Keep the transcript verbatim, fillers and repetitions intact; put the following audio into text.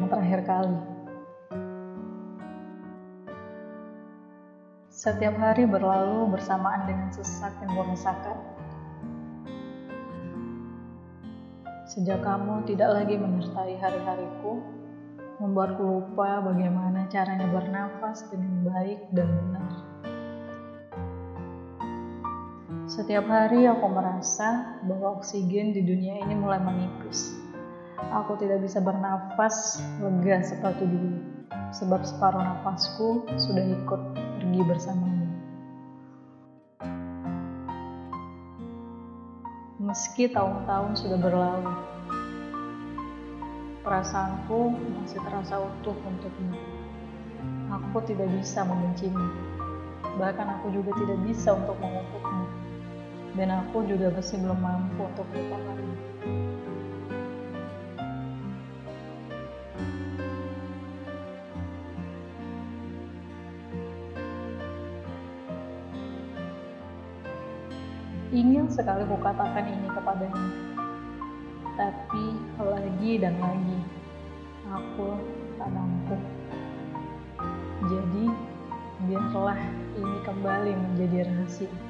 terakhir kali. Setiap hari berlalu bersamaan dengan sesak yang meresahkan. Sejak kamu tidak lagi menyertai hari-hariku, membuatku lupa bagaimana caranya bernafas dengan baik dan benar. Setiap hari aku merasa bahwa oksigen di dunia ini mulai menipis. Aku tidak bisa bernafas lega seperti dulu, sebab separuh nafasku sudah ikut pergi bersamamu. Meski tahun-tahun sudah berlalu, perasaanku masih terasa utuh untukmu. Aku tidak bisa membencimu, bahkan aku juga tidak bisa untuk mengutukmu, dan aku juga masih belum mampu untuk melupakanmu. Ingin sekali kukatakan ini kepadanya, tapi lagi dan lagi aku tak mampu. Jadi biarlah ini kembali menjadi rahasia.